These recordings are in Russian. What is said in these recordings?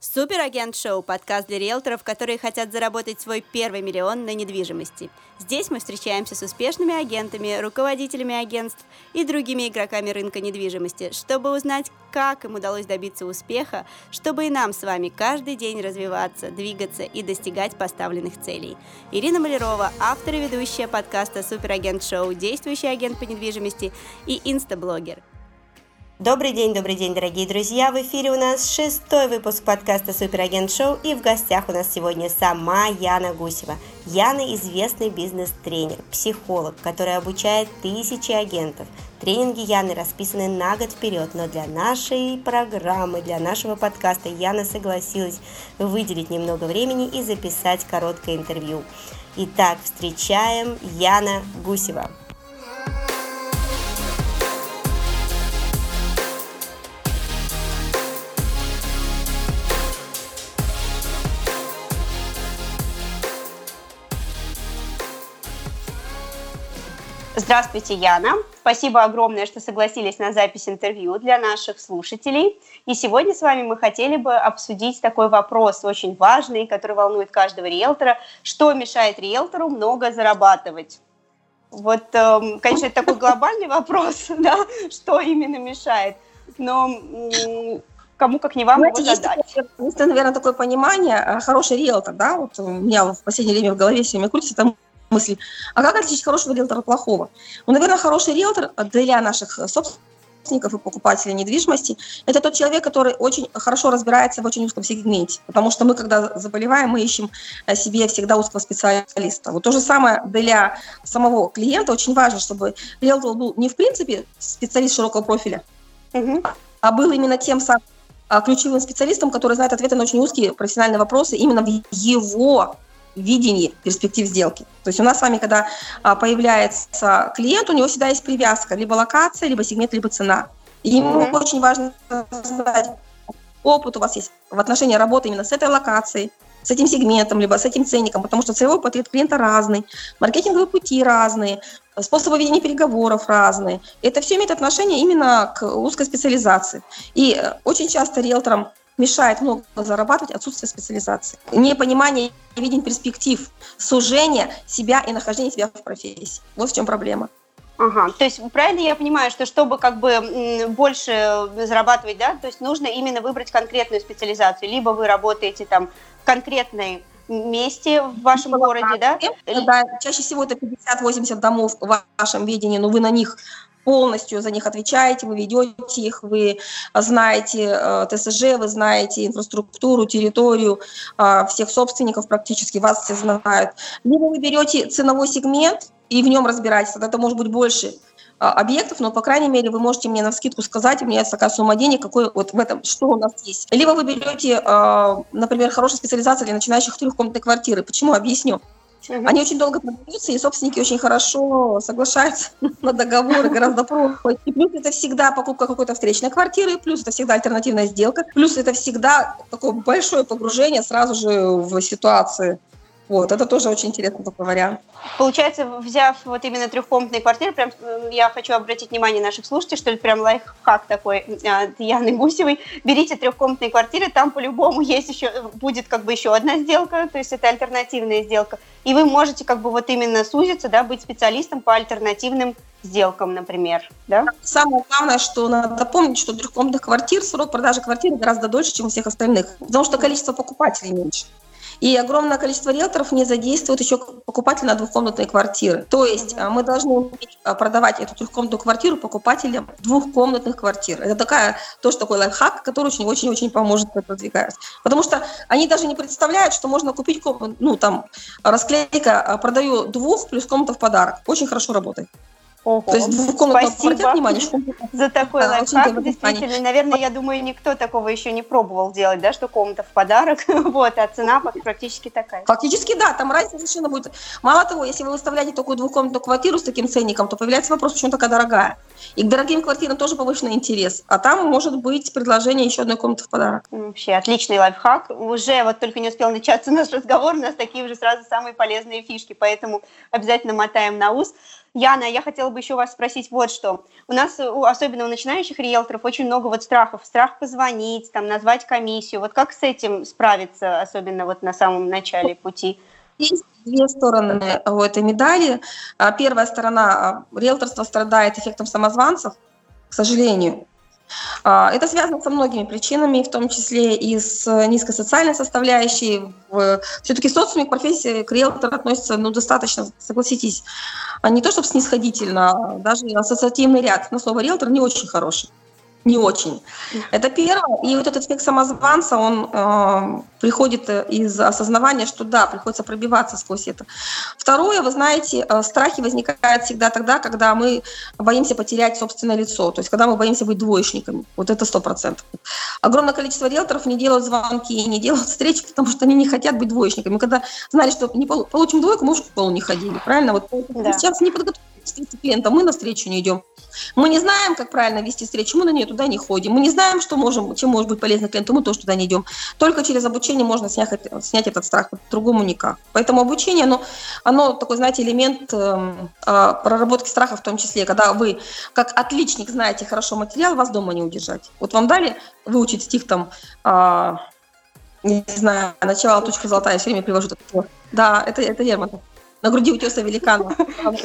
Суперагент Шоу – подкаст для риэлторов, которые хотят заработать свой первый миллион на недвижимости. Здесь мы встречаемся с успешными агентами, руководителями агентств и другими игроками рынка недвижимости, чтобы узнать, как им удалось добиться успеха, чтобы и нам с вами каждый день развиваться, двигаться и достигать поставленных целей. Ирина Малярова, автор и ведущая подкаста Суперагент Шоу, действующий агент по недвижимости и инстаблогер. Добрый день, дорогие друзья! В эфире у нас 6-й выпуск подкаста Суперагент Шоу, и в гостях у нас сегодня сама Яна Гусева. Яна – известный бизнес-тренер, психолог, который обучает тысячи агентов. Тренинги Яны расписаны на год вперед, но для нашей программы, для нашего подкаста Яна согласилась выделить немного времени и записать короткое интервью. Итак, встречаем Яна Гусева. Здравствуйте, Яна. Спасибо огромное, что согласились на запись интервью для наших слушателей. И сегодня с вами мы хотели бы обсудить такой вопрос очень важный, который волнует каждого риэлтора. Что мешает риэлтору много зарабатывать? Вот, конечно, это такой глобальный вопрос, да, что именно мешает, но кому как не вам его задать. Есть, наверное, такое понимание, хороший риэлтор, да, вот у меня в последнее время в голове все время крутится там мысли, а как отличить хорошего риэлтора от плохого? Ну, наверное, хороший риэлтор для наших собственников и покупателей недвижимости – это тот человек, который очень хорошо разбирается в очень узком сегменте, потому что мы, когда заболеваем, мы ищем себе всегда узкого специалиста. Вот то же самое для самого клиента. Очень важно, чтобы риэлтор был не в принципе специалист широкого профиля, а был именно тем самым ключевым специалистом, который знает ответы на очень узкие профессиональные вопросы именно в его видении перспектив сделки. То есть у нас с вами, когда появляется клиент, у него всегда есть привязка, либо локация, либо сегмент, либо цена. И ему очень важно знать, опыт у вас есть в отношении работы именно с этой локацией, с этим сегментом, либо с этим ценником, потому что целевой портрет клиента разный, маркетинговые пути разные, способы ведения переговоров разные. Это все имеет отношение именно к узкой специализации. И очень часто риэлторам мешает много зарабатывать отсутствие специализации, непонимание и видение перспектив, сужение себя и нахождение себя в профессии. Вот в чем проблема. Ага, то есть правильно я понимаю, что чтобы как бы больше зарабатывать, да, то есть нужно именно выбрать конкретную специализацию, либо вы работаете там в конкретной месте в вашем городе, да? Да, чаще всего это 50-80 домов в вашем видении, но вы на них полностью за них отвечаете, вы ведете их, вы знаете ТСЖ, вы знаете инфраструктуру, территорию, всех собственников практически, вас все знают. Либо вы берете ценовой сегмент и в нем разбираетесь, тогда это может быть больше объектов, но, по крайней мере, вы можете мне навскидку сказать, у меня есть такая сумма денег, какой вот в этом, что у нас есть. Либо вы берете, например, хорошая специализация для начинающих трехкомнатной квартиры. Почему? Объясню. Они очень долго продаются, и собственники очень хорошо соглашаются на договоры, гораздо проще. И плюс это всегда покупка какой-то встречной квартиры, плюс это всегда альтернативная сделка, плюс это всегда такое большое погружение сразу же в ситуации. Вот, это тоже очень интересный такой вариант. Получается, взяв вот именно трехкомнатные квартиры, прям я хочу обратить внимание наших слушателей, что это прям лайфхак такой от Яны Гусевой. Берите трехкомнатные квартиры, там по-любому есть еще, будет как бы еще одна сделка, то есть это альтернативная сделка. И вы можете как бы вот именно сузиться, да, быть специалистом по альтернативным сделкам, например, да? Самое главное, что надо помнить, что у трехкомнатных квартир срок продажи квартиры гораздо дольше, чем у всех остальных, потому что количество покупателей меньше. И огромное количество риэлторов не задействует еще покупателей на двухкомнатные квартиры. То есть мы должны уметь продавать эту трехкомнатную квартиру покупателям двухкомнатных квартир. Это тоже такой лайфхак, который очень-очень поможет продвигать. Потому что они даже не представляют, что можно купить комнату, расклейка «продаю двух плюс комната в подарок». Очень хорошо работает. Ого. То есть двухкомнатная квартира, внимание, за такой лайфхак, действительно. Наверное, я думаю, никто такого еще не пробовал делать, да, что комната в подарок, вот, а цена практически такая. Фактически, да, там разница совершенно будет. Мало того, если вы выставляете такую двухкомнатную квартиру с таким ценником, то появляется вопрос, почему такая дорогая. И к дорогим квартирам тоже повышенный интерес, а там может быть предложение еще одной комнаты в подарок. Вообще, отличный лайфхак. Уже вот только не успел начаться наш разговор, у нас такие уже сразу самые полезные фишки, поэтому обязательно мотаем на ус. Яна, я хотела бы еще у вас спросить вот что. У нас, особенно у начинающих риэлторов, очень много вот страхов. Страх позвонить, там, назвать комиссию. Вот как с этим справиться, особенно вот на самом начале пути? Есть две стороны у этой медали. Первая сторона, риэлторство страдает эффектом самозванцев, к сожалению. Это связано со многими причинами, в том числе и с низкой социальной составляющей. Все-таки социуме к профессии к риэлтору относится достаточно, согласитесь, не то чтобы снисходительно, даже ассоциативный ряд на слово риэлтор не очень хороший. Не очень. Это первое. И вот этот эффект самозванца, он приходит из осознавания, что да, приходится пробиваться сквозь это. Второе, вы знаете, страхи возникают всегда тогда, когда мы боимся потерять собственное лицо, то есть когда мы боимся быть двоечниками. Вот это 100%. Огромное количество риэлторов не делают звонки, не делают встречи, потому что они не хотят быть двоечниками. Когда знали, что не получим двойку, мы уже в школу не ходили, правильно? Вот да. Сейчас не подготовлены к клиентам, мы на встречу не идем. Мы не знаем, как правильно вести встречу, мы на нее туда не ходим. Мы не знаем, чем может быть полезно клиенту, мы тоже туда не идем. Только через обучение можно снять этот страх, по-другому никак. Поэтому обучение, оно такой, знаете, элемент проработки страха в том числе, когда вы, как отличник, знаете хорошо материал, вас дома не удержать. Вот вам дали выучить стих там, не знаю, начало, точка золотая, я все время привожу такое. Да, это Лермонтов. На груди утеса великана,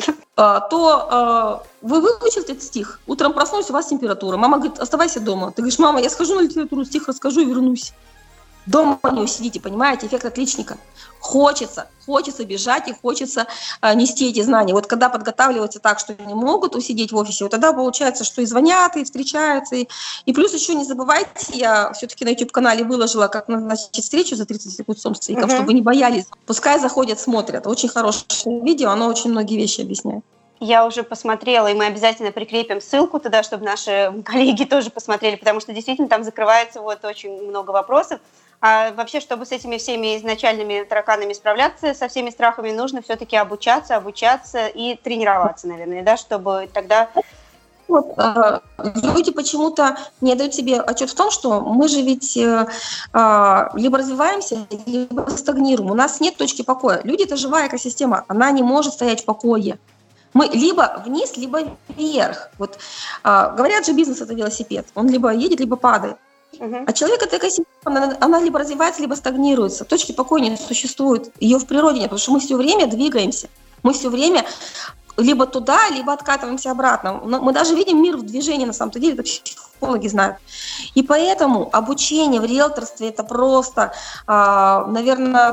то вы выучили этот стих, утром проснулись, у вас температура. Мама говорит, оставайся дома. Ты говоришь, мама, я схожу на литературу, стих расскажу и вернусь. Дома не усидите, понимаете, эффект отличника. Хочется бежать и хочется нести эти знания. Вот когда подготавливаются так, что не могут усидеть в офисе, вот тогда получается, что и звонят, и встречаются. И плюс еще не забывайте, я все-таки на YouTube-канале выложила, как назначить встречу за 30 секунд с собственником, чтобы не боялись. Пускай заходят, смотрят. Очень хорошее видео, оно очень многие вещи объясняет. Я уже посмотрела, и мы обязательно прикрепим ссылку туда, чтобы наши коллеги тоже посмотрели, потому что действительно там закрывается вот очень много вопросов. А вообще, чтобы с этими всеми изначальными тараканами справляться, со всеми страхами, нужно все-таки обучаться и тренироваться, наверное, да, чтобы тогда... Люди почему-то не дают себе отчет в том, что мы же ведь либо развиваемся, либо стагнируем. У нас нет точки покоя. Люди – это живая экосистема, она не может стоять в покое. Мы либо вниз, либо вверх. Вот говорят же, бизнес – это велосипед. Он либо едет, либо падает. А человек – это экосистема, она либо развивается, либо стагнируется. Точки покоя не существует. Ее в природе нет, потому что мы все время двигаемся. Мы все время либо туда, либо откатываемся обратно. Мы даже видим мир в движении, на самом деле, это психологи знают. И поэтому обучение в риэлторстве – это просто, наверное,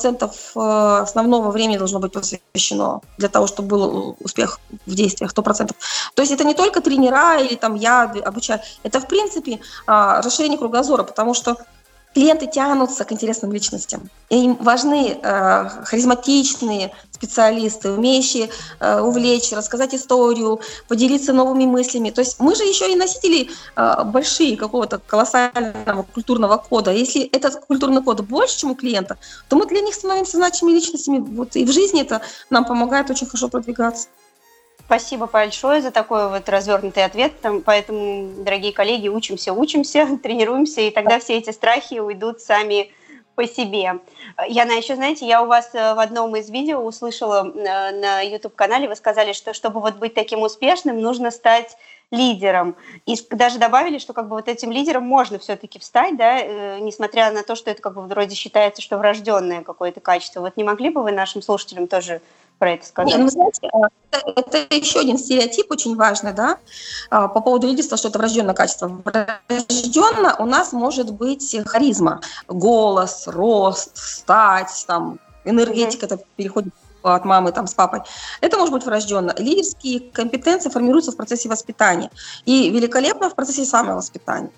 30% основного времени должно быть посвящено для того, чтобы был успех в действиях, 100%. То есть это не только тренера или там я обучаю, это, в принципе, расширение кругозора, потому что клиенты тянутся к интересным личностям. Им важны харизматичные специалисты, умеющие увлечь, рассказать историю, поделиться новыми мыслями. То есть мы же еще и носители большие какого-то колоссального культурного кода. Если этот культурный код больше, чем у клиента, то мы для них становимся значимыми личностями. Вот и в жизни это нам помогает очень хорошо продвигаться. Спасибо большое за такой вот развернутый ответ. Поэтому, дорогие коллеги, учимся, тренируемся, и тогда все эти страхи уйдут сами по себе. Яна, еще, знаете, я у вас в одном из видео услышала на YouTube-канале, вы сказали, что чтобы вот быть таким успешным, нужно стать лидером. И даже добавили, что как бы вот этим лидером можно все-таки встать, да, несмотря на то, что это как бы вроде считается, что врожденное какое-то качество. Вот не могли бы вы нашим слушателям тоже про это сказать? Нет, знаете, это еще один стереотип очень важный, да, по поводу лидерства, что это врожденное качество. Врожденно у нас может быть харизма, голос, рост, стать, там, энергетика, это переходит от мамы там, с папой. Это может быть врожденно. Лидерские компетенции формируются в процессе воспитания и великолепно в процессе самовоспитания.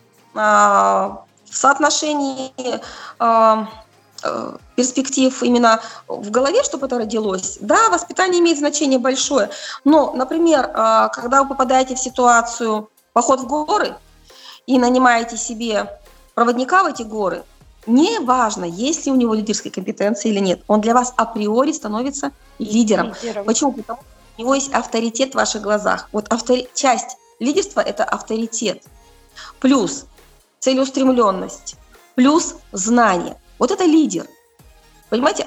В соотношении перспектив именно в голове, чтобы это родилось, да, воспитание имеет значение большое. Но, например, когда вы попадаете в ситуацию поход в горы и нанимаете себе проводника в эти горы, не важно, есть ли у него лидерские компетенции или нет, он для вас априори становится лидером. Почему? Потому что у него есть авторитет в ваших глазах. Вот часть лидерства – это авторитет, плюс целеустремленность, плюс знание. Вот это лидер. Понимаете,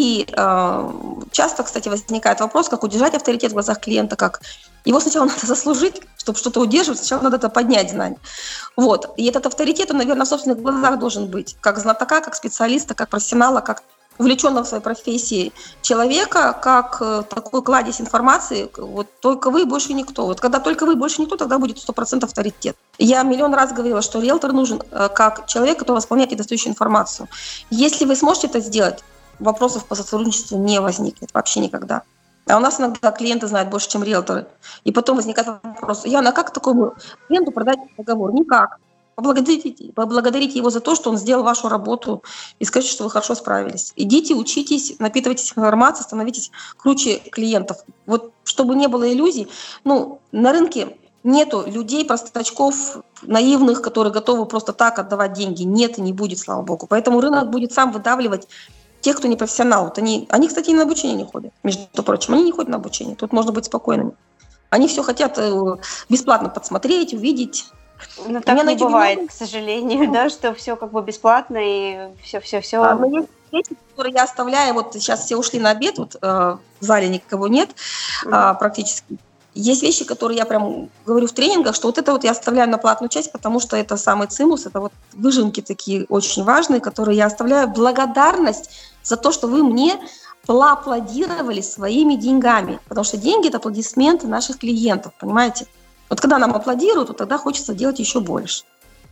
часто, кстати, возникает вопрос, как удержать авторитет в глазах клиента, как его сначала надо заслужить, чтобы что-то удерживать, сначала надо это поднять знания. Вот. И этот авторитет, он, наверное, в собственных глазах должен быть, как знатока, как специалиста, как профессионала, как увлеченного в своей профессии человека, как такой кладезь информации, вот только вы, больше никто. Вот когда только вы, больше никто, тогда будет 100% авторитет. Я миллион раз говорила, что риэлтор нужен как человек, который восполняет недостающую информацию. Если вы сможете это сделать, вопросов по сотрудничеству не возникнет вообще никогда. А у нас иногда клиенты знают больше, чем риэлторы. И потом возникает вопрос: Яна, как такому клиенту продать договор? Никак. Поблагодарите его за то, что он сделал вашу работу, и скажите, что вы хорошо справились. Идите, учитесь, напитывайтесь информацией, становитесь круче клиентов. Вот чтобы не было иллюзий, на рынке нету людей, простачков, наивных, которые готовы просто так отдавать деньги. Нет и не будет, слава богу. Поэтому рынок будет сам выдавливать тех, кто не профессионал. Вот они, кстати, и на обучение не ходят, между прочим. Они не ходят на обучение. Тут можно быть спокойными. Они все хотят бесплатно подсмотреть, увидеть. Но так не бывает, к сожалению, да, что все как бы бесплатно и все. Но есть вещи, которые я оставляю, вот сейчас все ушли на обед, вот в зале никого нет практически. Есть вещи, которые я прям говорю в тренингах, что вот это вот я оставляю на платную часть, потому что это самый цимус, это вот выжимки такие очень важные, которые я оставляю в благодарность за то, что вы мне поаплодировали своими деньгами, потому что деньги – это аплодисменты наших клиентов, понимаете? Вот когда нам аплодируют, вот тогда хочется делать еще больше.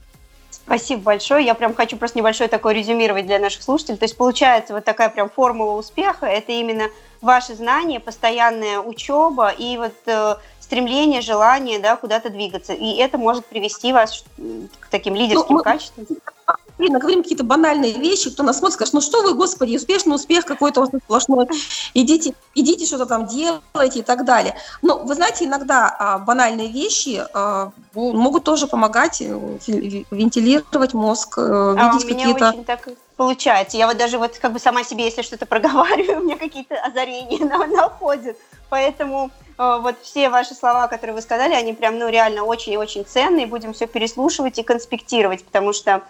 Спасибо большое. Я прям хочу просто небольшое такое резюмировать для наших слушателей. То есть получается вот такая прям формула успеха – это именно ваши знания, постоянная учеба и вот стремление, желание, да, куда-то двигаться. И это может привести вас к таким лидерским качествам. Говорим какие-то банальные вещи, кто нас смотрит, скажет: что вы, господи, успешный успех какой-то у вас сплошной, идите что-то там делайте и так далее. Но вы знаете, иногда банальные вещи могут тоже помогать вентилировать мозг, видеть какие-то... У меня очень так получается. Я вот даже вот как бы сама себе, если что-то проговариваю, у меня какие-то озарения находят. Поэтому вот все ваши слова, которые вы сказали, они прям, реально очень и очень ценные. Будем все переслушивать и конспектировать, потому что,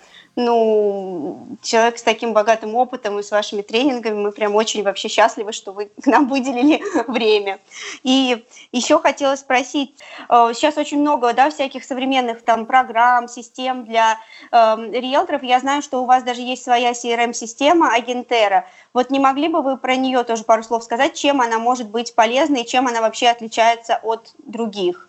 человек с таким богатым опытом и с вашими тренингами, мы прям очень вообще счастливы, что вы к нам выделили время. И еще хотела спросить, сейчас очень много, да, всяких современных там программ, систем для риэлторов. Я знаю, что у вас даже есть своя CRM-система Агентера. Вот не могли бы вы про нее тоже пару слов сказать, чем она может быть полезной и чем она вообще отличается от других?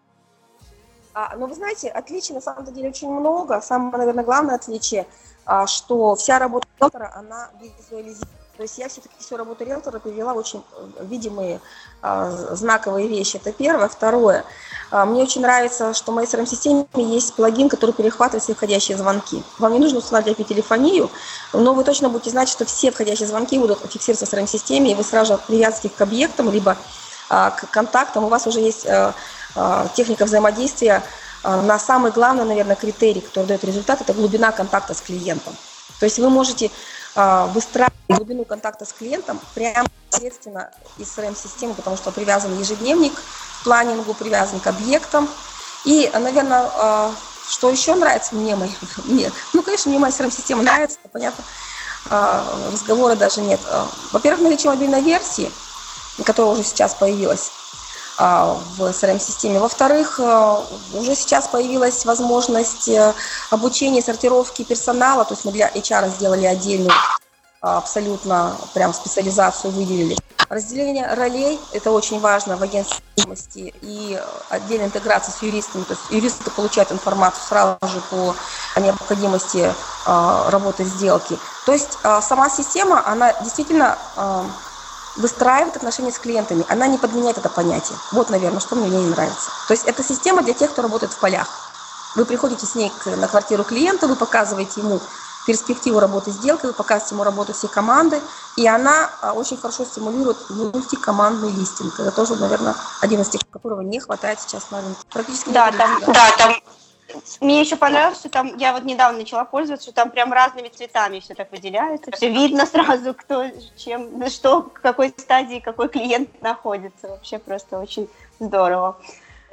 Вы знаете, отличий на самом деле очень много. Самое, наверное, главное отличие, что вся работа риэлтора, она визуализирует. То есть я все-таки всю работу риэлтора перевела в очень видимые, знаковые вещи. Это первое. Второе. Мне очень нравится, что в моей CRM-системе есть плагин, который перехватывает все входящие звонки. Вам не нужно устанавливать IP-телефонию, но вы точно будете знать, что все входящие звонки будут фиксироваться в CRM-системе, и вы сразу же привязываете их к объектам, либо к контактам. У вас уже есть техника взаимодействия на самый главный, наверное, критерий, который дает результат, это глубина контакта с клиентом. То есть вы можете выстраивать глубину контакта с клиентом прямо непосредственно из CRM-системы, потому что привязан ежедневник к планингу, привязан к объектам. И, наверное, что еще нравится мне, конечно, мне моя CRM-система нравится, понятно, разговора даже нет. Во-первых, наличие мобильной версии, которая уже сейчас появилась в CRM-системе. Во-вторых, уже сейчас появилась возможность обучения, сортировки персонала, то есть мы для HR сделали отдельную абсолютно прям специализацию, выделили. Разделение ролей – это очень важно в агентстве недвижимости, и отдельная интеграция с юристами, то есть юристы получают информацию сразу же по необходимости работы сделки. То есть сама система, она действительно выстраивает отношения с клиентами, она не подменяет это понятие. Вот, наверное, что мне не нравится. То есть это система для тех, кто работает в полях. Вы приходите с ней на квартиру клиента, вы показываете ему перспективу работы сделки, вы показываете ему работу всей команды, и она очень хорошо стимулирует мультикомандный листинг. Это тоже, наверное, один из тех, которого не хватает сейчас на рынке. Практически там. Мне еще понравилось, что там, я вот недавно начала пользоваться, что там прям разными цветами все так выделяется, все видно сразу, кто, чем, что, в какой стадии какой клиент находится. Вообще просто очень здорово.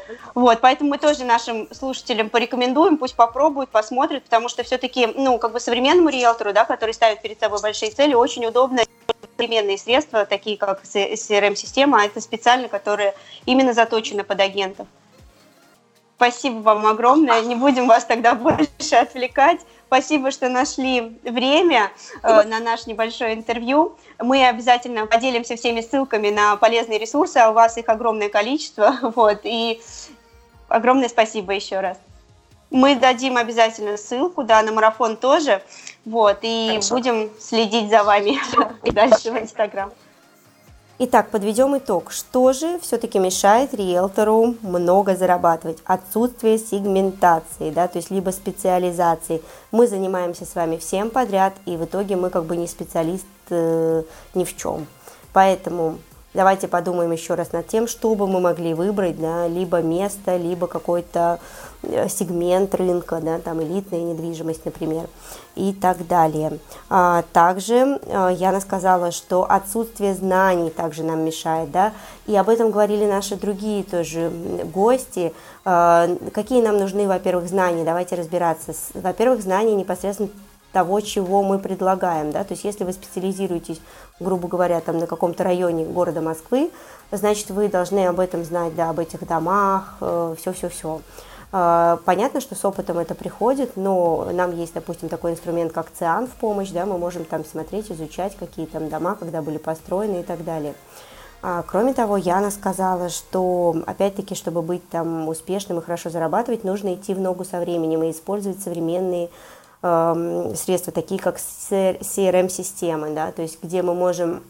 Вот, поэтому мы тоже нашим слушателям порекомендуем, пусть попробуют, посмотрят, потому что все-таки, современному риэлтору, да, который ставит перед собой большие цели, очень удобно современные средства, такие как CRM-система, это специально, которые именно заточены под агентов. Спасибо вам огромное, не будем вас тогда больше отвлекать. Спасибо, что нашли время на наше небольшое интервью. Мы обязательно поделимся всеми ссылками на полезные ресурсы, а у вас их огромное количество. Вот, и огромное спасибо еще раз. Мы дадим обязательно ссылку, да, на марафон тоже. Вот, и Хорошо. Будем следить за вами дальше в Инстаграм. Итак, подведем итог. Что же все-таки мешает риэлтору много зарабатывать? Отсутствие сегментации, да, то есть либо специализации. Мы занимаемся с вами всем подряд, и в итоге мы как бы не специалист ни в чем. Поэтому давайте подумаем еще раз над тем, что бы мы могли выбрать, да, либо место, либо какой-то сегмент рынка, да, там элитная недвижимость, например, и так далее. Также Яна сказала, что отсутствие знаний также нам мешает, да, и об этом говорили наши другие тоже гости. Какие нам нужны, во-первых, знания? Давайте разбираться. Во-первых, знания непосредственно того, чего мы предлагаем, да, то есть если вы специализируетесь, грубо говоря, там на каком-то районе города Москвы, значит, вы должны об этом знать, да, об этих домах, все. Понятно, что с опытом это приходит, но нам есть, допустим, такой инструмент, как ЦИАН в помощь, да, мы можем там смотреть, изучать, какие там дома, когда были построены и так далее. Кроме того, Яна сказала, что, опять-таки, чтобы быть там успешным и хорошо зарабатывать, нужно идти в ногу со временем и использовать современные средства, такие как CRM-системы, да, то есть где мы можем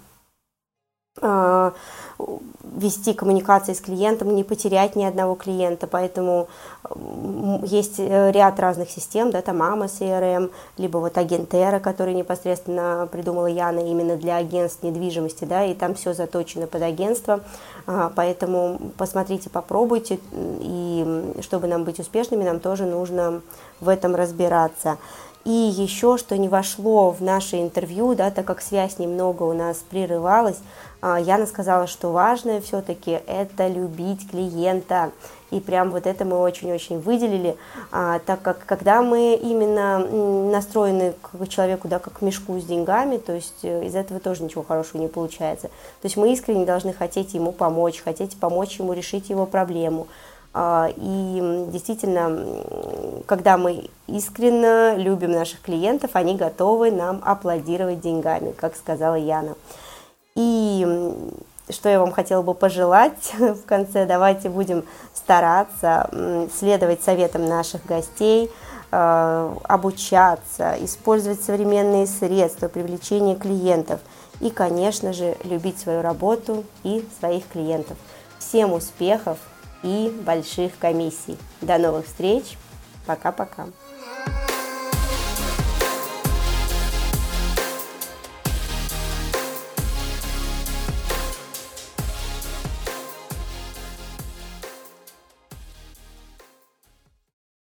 вести коммуникации с клиентом, не потерять ни одного клиента, поэтому есть ряд разных систем, да, там AMA CRM, либо вот Агентера, который непосредственно придумала Яна именно для агентств недвижимости, да, и там все заточено под агентство, поэтому посмотрите, попробуйте, и чтобы нам быть успешными, нам тоже нужно в этом разбираться. И еще, что не вошло в наше интервью, да, так как связь немного у нас прерывалась, Яна сказала, что важное все-таки это любить клиента. И прям вот это мы очень-очень выделили, так как когда мы именно настроены к человеку, да, как к мешку с деньгами, то есть из этого тоже ничего хорошего не получается. То есть мы искренне должны хотеть ему помочь, хотеть помочь ему решить его проблему. И действительно, когда мы искренне любим наших клиентов, они готовы нам аплодировать деньгами, как сказала Яна. И что я вам хотела бы пожелать в конце, давайте будем стараться следовать советам наших гостей, обучаться, использовать современные средства привлечения клиентов и, конечно же, любить свою работу и своих клиентов. Всем успехов и больших комиссий. До новых встреч. Пока-пока.